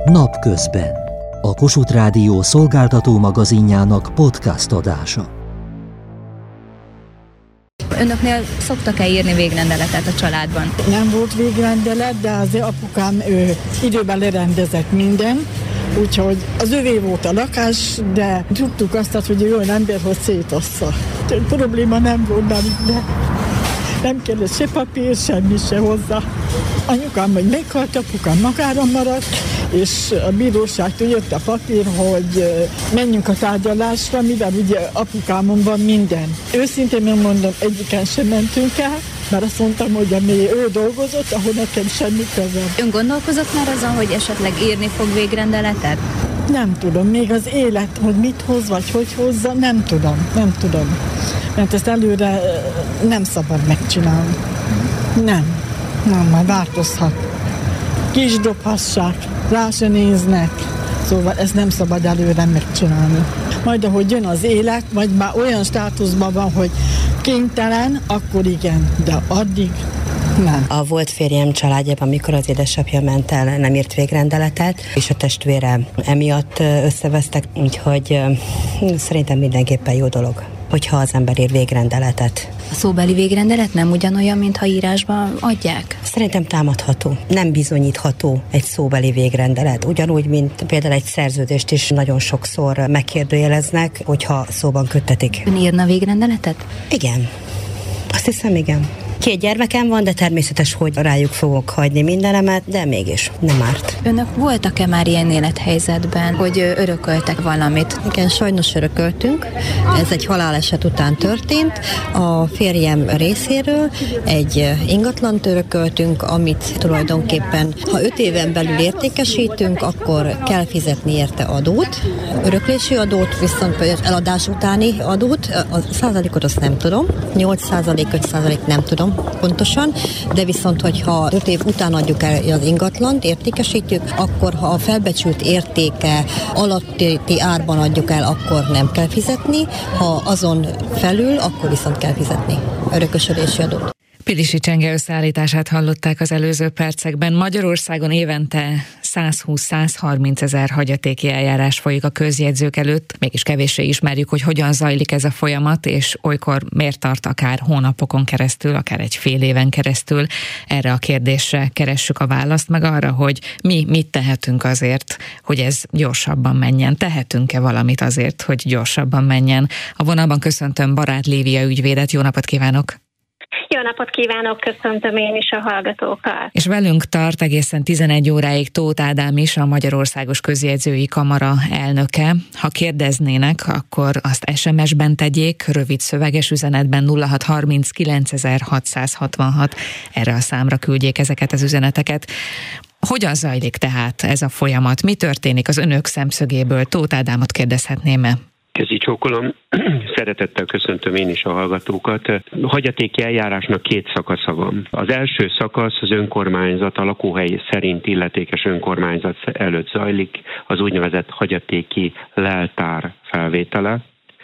Napközben. A Kossuth Rádió szolgáltató magazinjának podcast adása. Önöknél szoktak-e írni végrendeletet a családban? Nem volt végrendelet, de az apukám időben lerendezett minden, úgyhogy az övé volt a lakás, de tudtuk azt, hogy ő olyan ember, hogy szétossza. Probléma nem volt benne. Nem kellett se papír, semmi se hozzá. Anyukám majd meghalt, apukám magára maradt, és a bíróságtól jött a papír, hogy menjünk a tárgyalásra, mivel ugye apukámon van minden. Őszintén megmondom, egyiken sem mentünk el, mert azt mondtam, hogy ami ő dolgozott, ahol nekem semmi közöm. Ön gondolkozott már azon, hogy esetleg írni fog végrendeletet? Nem tudom, még az élet, hogy mit hoz, vagy hogy hozza, nem tudom. Mert ezt előre nem szabad megcsinálni. Nem, majd változhat. Kis dobhassák, rá se néznek. Szóval ezt nem szabad előre megcsinálni. Majd ahogy jön az élet, vagy már olyan státuszban van, hogy kénytelen, akkor igen, de addig nem. A volt férjem családjában, amikor az édesapja ment el, nem írt végrendeletet, és a testvére emiatt összevesztek, úgyhogy szerintem mindenképpen jó dolog, hogyha az ember ír végrendeletet. A szóbeli végrendelet nem ugyanolyan, mintha írásban adják? Szerintem támadható. Nem bizonyítható egy szóbeli végrendelet. Ugyanúgy, mint például egy szerződést is nagyon sokszor megkérdőjeleznek, hogyha szóban köttetik. Ön írna végrendeletet? Igen. Azt hiszem, igen. 2 gyermekem van, de természetes, hogy rájuk fogok hagyni mindenemet, de mégis nem árt. Önök voltak-e már ilyen élethelyzetben, hogy örököltek valamit? Igen, sajnos örököltünk. Ez egy haláleset után történt. A férjem részéről egy ingatlant örököltünk, amit tulajdonképpen, ha 5 éven belül értékesítünk, akkor kell fizetni érte adót, öröklési adót, viszont eladás utáni adót, a százalékot azt nem tudom, 8%, 5% nem tudom pontosan, de viszont, hogyha 5 év után adjuk el az ingatlant, értékesítjük, akkor ha a felbecsült értéke alatti árban adjuk el, akkor nem kell fizetni, ha azon felül, akkor viszont kell fizetni örökösödési adót. Pilisi Csenge összeállítását hallották az előző percekben. Magyarországon évente 120-130 ezer hagyatéki eljárás folyik a közjegyzők előtt. Mégis kevéssé ismerjük, hogy hogyan zajlik ez a folyamat, és olykor miért tart akár hónapokon keresztül, akár egy fél éven keresztül. Erre a kérdésre keressük a választ, meg arra, hogy mi mit tehetünk azért, hogy ez gyorsabban menjen. Tehetünk-e valamit azért, hogy gyorsabban menjen? A vonalban köszöntöm Barát Lívia ügyvédet. Jó napot kívánok! Jó napot kívánok, köszöntöm én is a hallgatókat. És velünk tart egészen 11 óráig Tóth Ádám is, a Magyarországos Közjegyzői Kamara elnöke. Ha kérdeznének, akkor azt SMS-ben tegyék, rövid szöveges üzenetben 0630 9666. Erre a számra küldjék ezeket az üzeneteket. Hogyan zajlik tehát ez a folyamat? Mi történik az önök szemszögéből? Tóth Ádámot kérdezhetném-e? Kezi csókolom, szeretettel köszöntöm én is a hallgatókat. A hagyatéki eljárásnak 2 szakasza van. Az első szakasz az önkormányzat, a lakóhely szerint illetékes önkormányzat előtt zajlik, az úgynevezett hagyatéki leltár felvétele.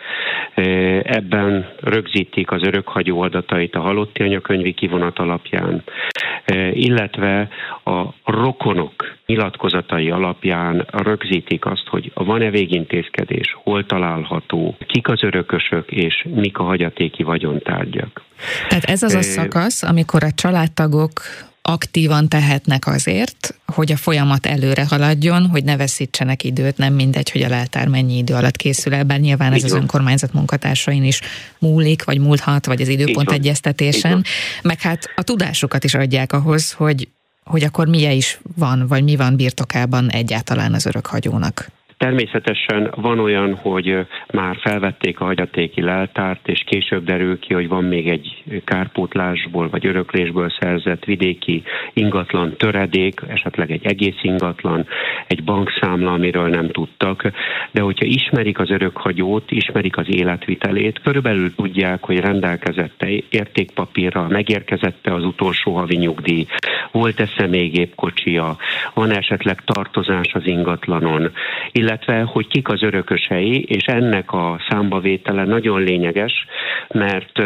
Ebben rögzítik az örökhagyó adatait a halotti anyakönyvi kivonat alapján, illetve a rokonok nyilatkozatai alapján rögzítik azt, hogy van-e végintézkedés, hol található, kik az örökösök és mik a hagyatéki vagyontárgyak. Tehát ez az a szakasz, amikor a családtagok aktívan tehetnek azért, hogy a folyamat előre haladjon, hogy ne veszítsenek időt, nem mindegy, hogy a leltár mennyi idő alatt készül el, bár nyilván ez az önkormányzat munkatársain is múlik, vagy múlhat, vagy az időpont egyeztetésen, meg hát a tudásukat is adják ahhoz, hogy akkor milyen is van, vagy mi van birtokában egyáltalán az örökhagyónak. Természetesen van olyan, hogy már felvették a hagyatéki leltárt, és később derül ki, hogy van még egy kárpótlásból vagy öröklésből szerzett vidéki ingatlan töredék, esetleg egy egész ingatlan, egy bankszámla, amiről nem tudtak. De hogyha ismerik az örökhagyót, ismerik az életvitelét, körülbelül tudják, hogy rendelkezette értékpapírral, megérkezette az utolsó havi nyugdíj, volt-e személygépkocsia, van esetleg tartozás az ingatlanon, illetve hogy kik az örökösei, és ennek a számbavétele nagyon lényeges, mert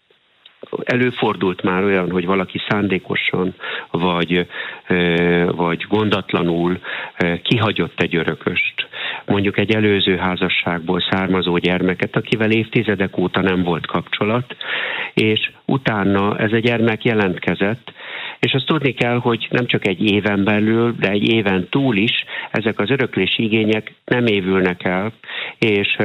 előfordult már olyan, hogy valaki szándékosan vagy vagy gondatlanul kihagyott egy örököst, mondjuk egy előző házasságból származó gyermeket, akivel évtizedek óta nem volt kapcsolat, és utána ez a gyermek jelentkezett, és azt tudni kell, hogy nem csak egy éven belül, de egy éven túl is ezek az öröklési igények nem évülnek el, és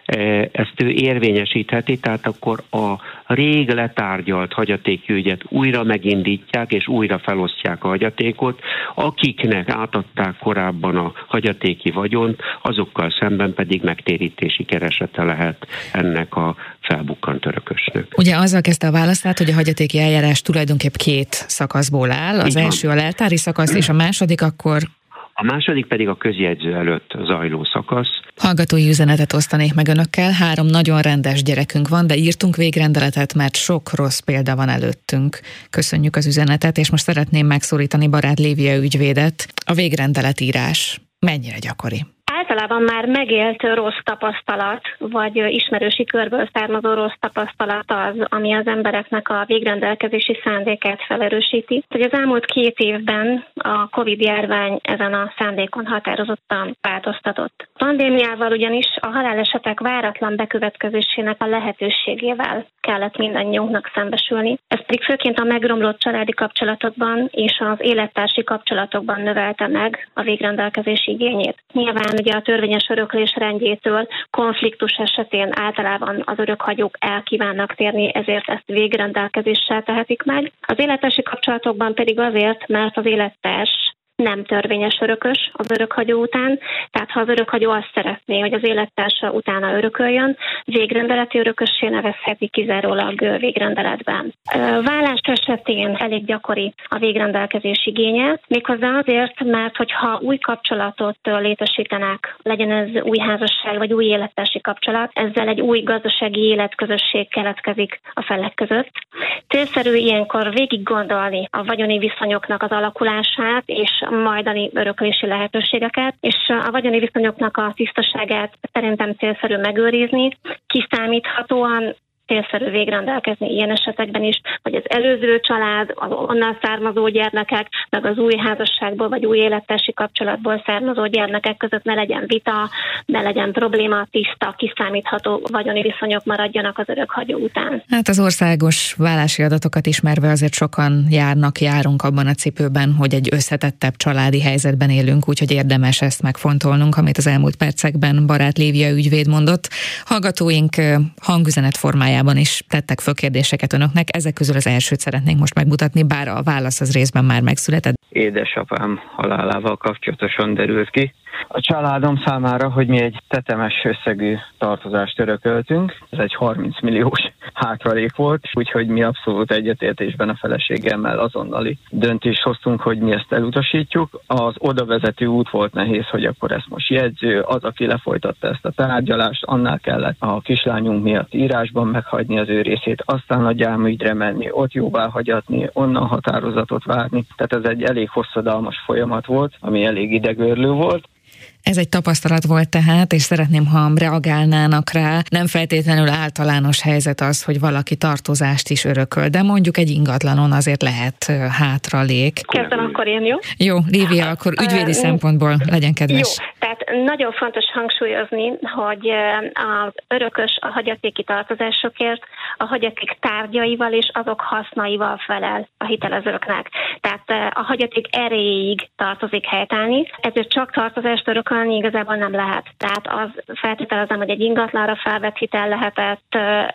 ezt ő érvényesítheti, tehát akkor a rég letárgyalt hagyatéki ügyet újra megindítják, és újra felosztják a hagyatékot, akiknek átadták korábban a hagyatéki vagyont, azokkal szemben pedig megtérítési keresete lehet ennek a felbukkant örökösnek. Ugye azzal kezdte a választát, hogy a hagyatéki eljárás tulajdonképp 2 szakaszból áll. Az első a leltári szakasz, és a második akkor... A második pedig a közjegyző előtt zajló szakasz. Hallgatói üzenetet osztanék meg önökkel. 3 nagyon rendes gyerekünk van, de írtunk végrendeletet, mert sok rossz példa van előttünk. Köszönjük az üzenetet, és most szeretném megszólítani Barát Lívia ügyvédet. A végrendeletírás mennyire gyakori? Általában már megélt rossz tapasztalat, vagy ismerősi körből származó rossz tapasztalat az, ami az embereknek a végrendelkezési szándékát felerősíti. Hogy az elmúlt 2 évben a Covid-járvány ezen a szándékon határozottan változtatott. A pandémiával ugyanis a halálesetek váratlan bekövetkezésének a lehetőségével kellett mindannyiunknak szembesülni. Ez pedig főként a megromlott családi kapcsolatokban és az élettársi kapcsolatokban növelte meg a végrendelkezési igényét. Nyilván ugye a törvényes öröklés rendjétől konfliktus esetén általában az örökhagyók el kívánnak térni, ezért ezt végrendelkezéssel tehetik meg. Az élettársi kapcsolatokban pedig azért, mert az élettárs nem törvényes örökös az örökhagyó után, tehát ha az örökhagyó azt szeretné, hogy az élettársa utána örököljön, végrendeleti örökössé nevezheti kizárólag végrendeletben. Vállás esetén elég gyakori a végrendelkezés igénye, méghozzá azért, mert hogyha új kapcsolatot létesítenek, legyen ez új házasság vagy új élettársi kapcsolat, ezzel egy új gazdasági életközösség keletkezik a felek között. Célszerű ilyenkor végig gondolni a vagyoni viszonyoknak az alakulását és majdani öröklési lehetőségeket, és a vagyoni viszonyoknak a tisztaságát szerintem célszerű megőrizni, kiszámíthatóan célszerű végrendelkezni ilyen esetekben is, hogy az előző család, az onnan származó gyermekek, meg az új házasságból vagy új élettársi kapcsolatból származó gyermekek között ne legyen vita, ne legyen probléma, tiszta, kiszámítható vagyoni viszonyok maradjanak az örökhagyó után. Hát az országos vállási adatokat ismerve azért sokan járunk abban a cipőben, hogy egy összetettebb családi helyzetben élünk, úgyhogy érdemes ezt megfontolnunk, amit az elmúlt percekben Barát Lívia ügyvéd mondott. Hallgatóink hangüzenet formájában is tettek föl kérdéseket önöknek, ezek közül az elsőt szeretnénk most megmutatni, bár a válasz az részben már megszületett. Édesapám halálával kapcsolatosan derült ki a családom számára, hogy mi egy tetemes összegű tartozást örököltünk. Ez egy 30 milliós hátralék volt, úgyhogy mi abszolút egyetértésben a feleségemmel azonnali döntést hoztunk, hogy mi ezt elutasítjuk. Az odavezető út volt nehéz, hogy akkor ezt most jegyző, az, aki lefolytatta ezt a tárgyalást, annál kellett a kislányunk miatt írásban meghagyni az ő részét, aztán a gyámügyre menni, ott jóváhagyatni, onnan határozatot várni. Tehát ez egy elég hosszadalmas folyamat volt, ami elég idegörlő volt. Ez egy tapasztalat volt tehát, és szeretném, ha reagálnának rá. Nem feltétlenül általános helyzet az, hogy valaki tartozást is örököl, de mondjuk egy ingatlanon azért lehet hátralék. Kezdem akkor én, jó? Jó, Lívia, akkor ügyvédi szempontból legyen kedves. Jó, tehát nagyon fontos hangsúlyozni, hogy az örökös a hagyatéki tartozásokért a hagyaték tárgyaival és azok hasznaival felel a hitelezőknek. Tehát a hagyaték erejéig tartozik helytállni, ezért csak tartozást örökölni igazából nem lehet. Tehát az feltételezem, hogy egy ingatlanra felvett hitel lehetett,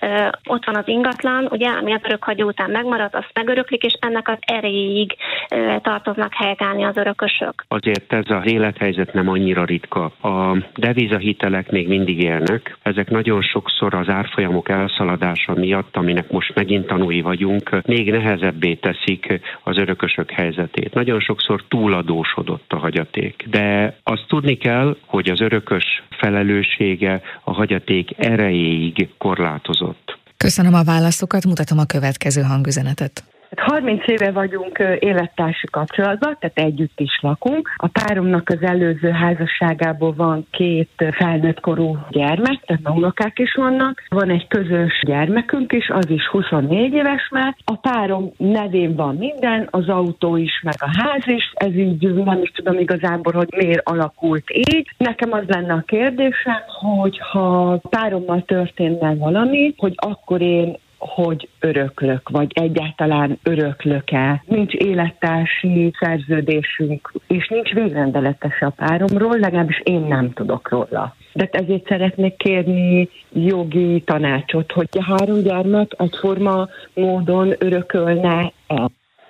ott van az ingatlan, ugye, ami az örökhagyó után megmarad, azt megöröklik, és ennek az erejéig tartoznak helytállni az örökösök. Azért ez az élethelyzet nem annyira ritka. A devizahitelek még mindig élnek. Ezek nagyon sokszor az árfolyamok elszaladása miatt, aminek most megint tanúi vagyunk, még nehezebbé teszik az örökösök helyzetét. Nagyon sokszor túladósodott a hagyaték. De azt tudni kell, hogy az örökös felelőssége a hagyaték erejéig korlátozott. Köszönöm a válaszokat, mutatom a következő hangüzenetet. 30 éve vagyunk élettársi kapcsolatban, tehát együtt is lakunk. A páromnak az előző házasságából van 2 felnőtt korú gyermek, tehát unokák is vannak. Van egy közös gyermekünk is, az is 24 éves már. A párom nevén van minden, az autó is, meg a ház is. Ez így nem is tudom igazából, hogy miért alakult így. Nekem az lenne a kérdésem, hogy ha párommal történne valami, hogy akkor én hogy öröklök, vagy egyáltalán öröklök-e. Nincs élettársi szerződésünk, és nincs végrendeletes a páromról, legalábbis én nem tudok róla. De ezért szeretnék kérni jogi tanácsot, hogy a 3 gyermek egyforma módon örökölne-e.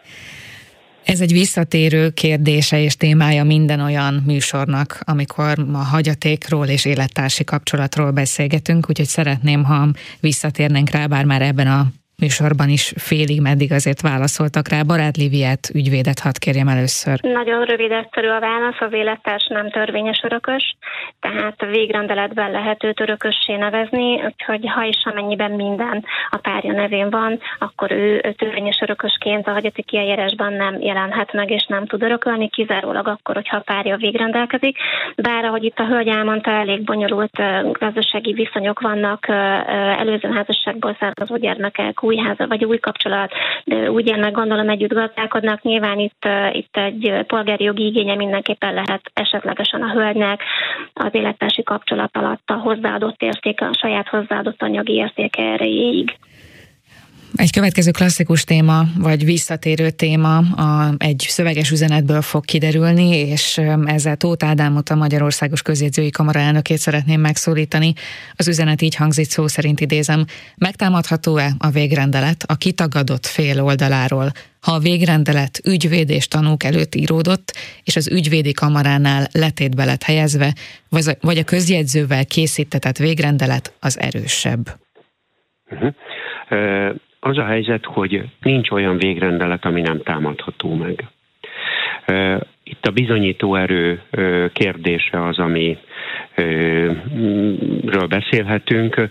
Ez egy visszatérő kérdése és témája minden olyan műsornak, amikor a hagyatékról és élettársi kapcsolatról beszélgetünk, úgyhogy szeretném, ha visszatérnénk rá, bár már ebben a műsorban is félig meddig azért válaszoltak rá. Barát Líviát, ügyvédet hadd kérjem először. Nagyon rövid, egyszerű a válasz, az élettárs nem törvényes örökös, tehát végrendeletben lehet őt örökössé nevezni, úgyhogy ha és amennyiben minden a párja nevén van, akkor ő törvényes örökösként a hagyatéki eljárásban nem jelenhet meg és nem tud örökölni, kizárólag akkor, hogyha a párja végrendelkezik. Bár ahogy itt a hölgy elmondta, elég bonyolult gazdasági viszonyok vannak, előző házasságból származó gyermekek, új háza vagy új kapcsolat, de úgy én meg gondolom együtt gazdálkodnak. Nyilván itt egy polgári jogi igénye mindenképpen lehet esetlegesen a hölgynek az élettársi kapcsolat alatt a hozzáadott értéke, a saját hozzáadott anyagi értéke erejéig. Egy következő klasszikus téma, vagy visszatérő téma egy szöveges üzenetből fog kiderülni, és ezzel Tóth Ádámot, a Magyarországos Közjegyzői Kamara elnökét szeretném megszólítani. Az üzenet így hangzik, szó szerint idézem: megtámadható-e a végrendelet a kitagadott fél oldaláról, ha a végrendelet ügyvéd és tanúk előtt íródott, és az ügyvédi kamaránál letétbe lett helyezve, vagy a közjegyzővel készítetett végrendelet az erősebb? Az a helyzet, hogy nincs olyan végrendelet, ami nem támadható meg. Itt a bizonyítóerő kérdése az, amiről beszélhetünk.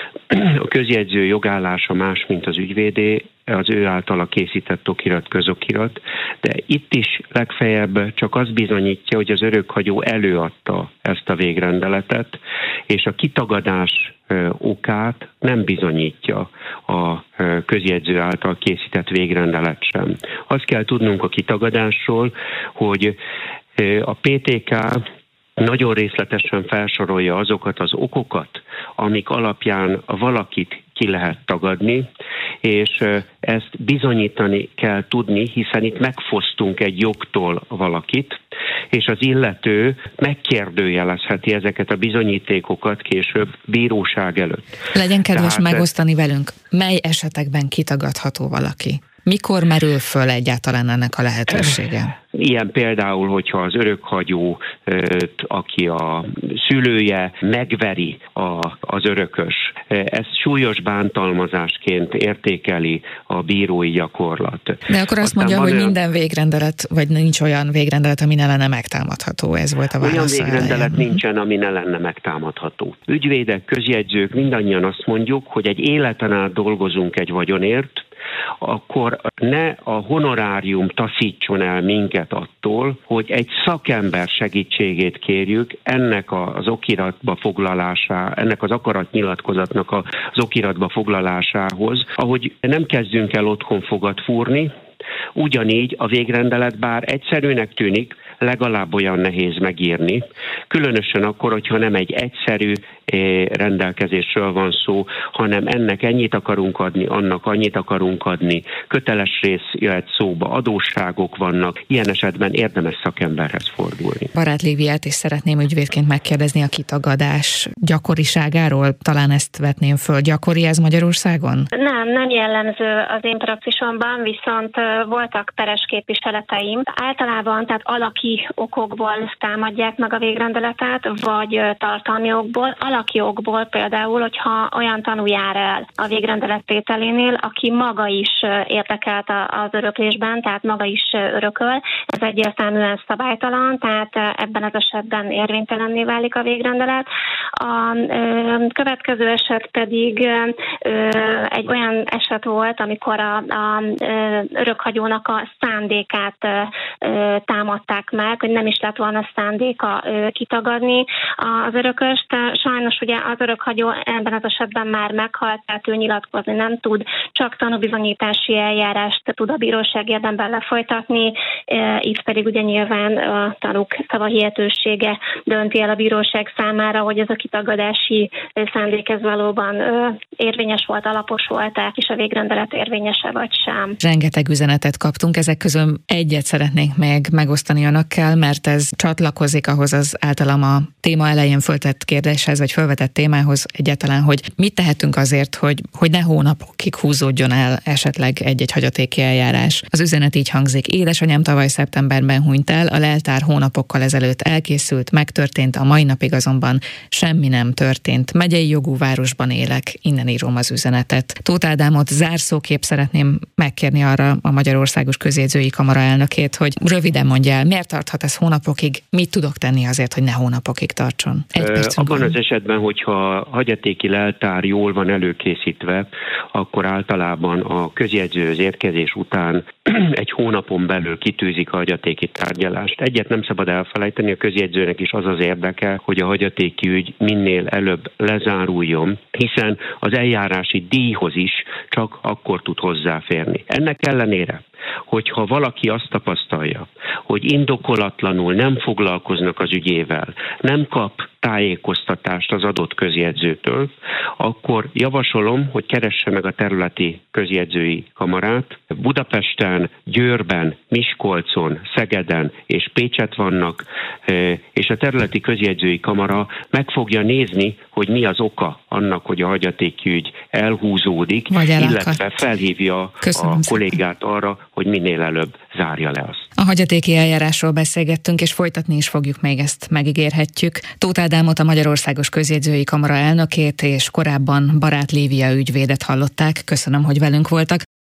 A közjegyző jogállása más, mint az ügyvédé, az ő általa készített okirat közokirat, de itt is legfeljebb csak az bizonyítja, hogy az örökhagyó előadta ezt a végrendeletet, és a kitagadás okát nem bizonyítja a közjegyző által készített végrendelet sem. Azt kell tudnunk a kitagadásról, hogy a PTK nagyon részletesen felsorolja azokat az okokat, amik alapján valakit ki lehet tagadni, és ezt bizonyítani kell tudni, hiszen itt megfosztunk egy jogtól valakit, és az illető megkérdőjelezheti ezeket a bizonyítékokat később bíróság előtt. Legyen kedves megosztani velünk, mely esetekben kitagadható valaki? Mikor merül föl egyáltalán ennek a lehetősége? Ilyen például, hogyha az örökhagyó, aki a szülője, megveri az örökös. Ezt súlyos bántalmazásként értékeli a bírói gyakorlat. De akkor azt mondja, hogy minden végrendelet, vagy nincs olyan végrendelet, ami ne lenne megtámadható. Ez volt a válasz. Olyan végrendelet nincsen, ami ne lenne megtámadható. Ügyvédek, közjegyzők, mindannyian azt mondjuk, hogy egy életen át dolgozunk egy vagyonért, akkor ne a honorárium taszítson el minket attól, hogy egy szakember segítségét kérjük ennek az okiratba foglalásá, ennek az akaratnyilatkozatnak az okiratba foglalásához, ahogy nem kezdünk el otthon fogat fúrni, ugyanígy a végrendelet bár egyszerűnek tűnik, legalább olyan nehéz megírni, különösen akkor, hogyha nem egy egyszerű rendelkezésről van szó, hanem ennek ennyit akarunk adni, annak annyit akarunk adni, köteles rész jöhet szóba, adósságok vannak, ilyen esetben érdemes szakemberhez fordulni. Barát Líviát is szeretném ügyvédként megkérdezni a kitagadás gyakoriságáról, talán ezt vetném föl. Gyakori ez Magyarországon? Nem jellemző az én praxisomban, viszont voltak peres képviseleteim. Általában, tehát alaki alaki okokból támadják meg a végrendeletet, vagy tartalmi okból. Alaki okból például, hogyha olyan tanú jár el a végrendelet tételénél, aki maga is érdekelt az öröklésben, tehát maga is örököl. Ez egyértelműen szabálytalan, tehát ebben az esetben érvénytelenné válik a végrendelet. A következő eset pedig egy olyan eset volt, amikor a örökhagyónak a szándékát támadták meg, hogy nem is lett volna szándéka kitagadni az örököst. Sajnos ugye az örökhagyó ebben az esetben már meghalt, tehát ő nyilatkozni nem tud, csak tanúbizonyítási eljárást tud a bíróság érdemben lefolytatni, itt pedig ugye nyilván a tanúk szavahihetősége dönti el a bíróság számára, hogy ez a kitagadási szándék ez valóban érvényes volt, alapos volt-e, és a végrendelet érvényese vagy sem. Rengeteg üzenetet kaptunk, ezek közül egyet szeretnék még megosztani önökkel, mert ez csatlakozik ahhoz az általam a téma elején föltett kérdéshez, vagy felvetett témához egyáltalán, hogy mit tehetünk azért, hogy ne hónapokig húzódjon el esetleg egy-egy hagyatéki eljárás. Az üzenet így hangzik: édesanyám tavaly szeptemberben hunyt el, a leltár hónapokkal ezelőtt elkészült, megtörtént, a mai napig azonban semmi nem történt. Megyei jogú városban élek, innen írom az üzenetet. Tóth Ádámot zárszóképp szeretném megkérni arra a Magyarországos Közjegyzői Kamara elnökét, hogy röviden mondja el, miért tarthat ez hónapokig, mit tudok tenni azért, hogy ne hónapokig tartson? Abban az esetben, hogyha a hagyatéki leltár jól van előkészítve, akkor általában a közjegyzőhöz érkezés után egy hónapon belül kitűzik a hagyatéki tárgyalást. Egyet nem szabad elfelejteni, a közjegyzőnek is az az érdeke, hogy a hagyatéki ügy minél előbb lezáruljon, hiszen az eljárási díjhoz is csak akkor tud hozzáférni. Ennek ellenére, hogyha valaki azt tapasztalja, hogy indokolatlanul nem foglalkoznak az ügyével, nem kap tájékoztatást az adott közjegyzőtől, akkor javasolom, hogy keresse meg a területi közjegyzői kamarát. Budapesten, Győrben, Miskolcon, Szegeden és Pécset vannak, és a területi közjegyzői kamara meg fogja nézni, hogy mi az oka annak, hogy a hagyatéki ügy elhúzódik, illetve felhívja a kollégát arra, hogy minél előbb zárja le azt. A hagyatéki eljárásról beszélgettünk, és folytatni is fogjuk, még ezt megígérhetjük. Tóth Ádámot, a Magyarországos Közjegyzői Kamara elnökét, és korábban Barát Lívia ügyvédet hallották. Köszönöm, hogy velünk voltak.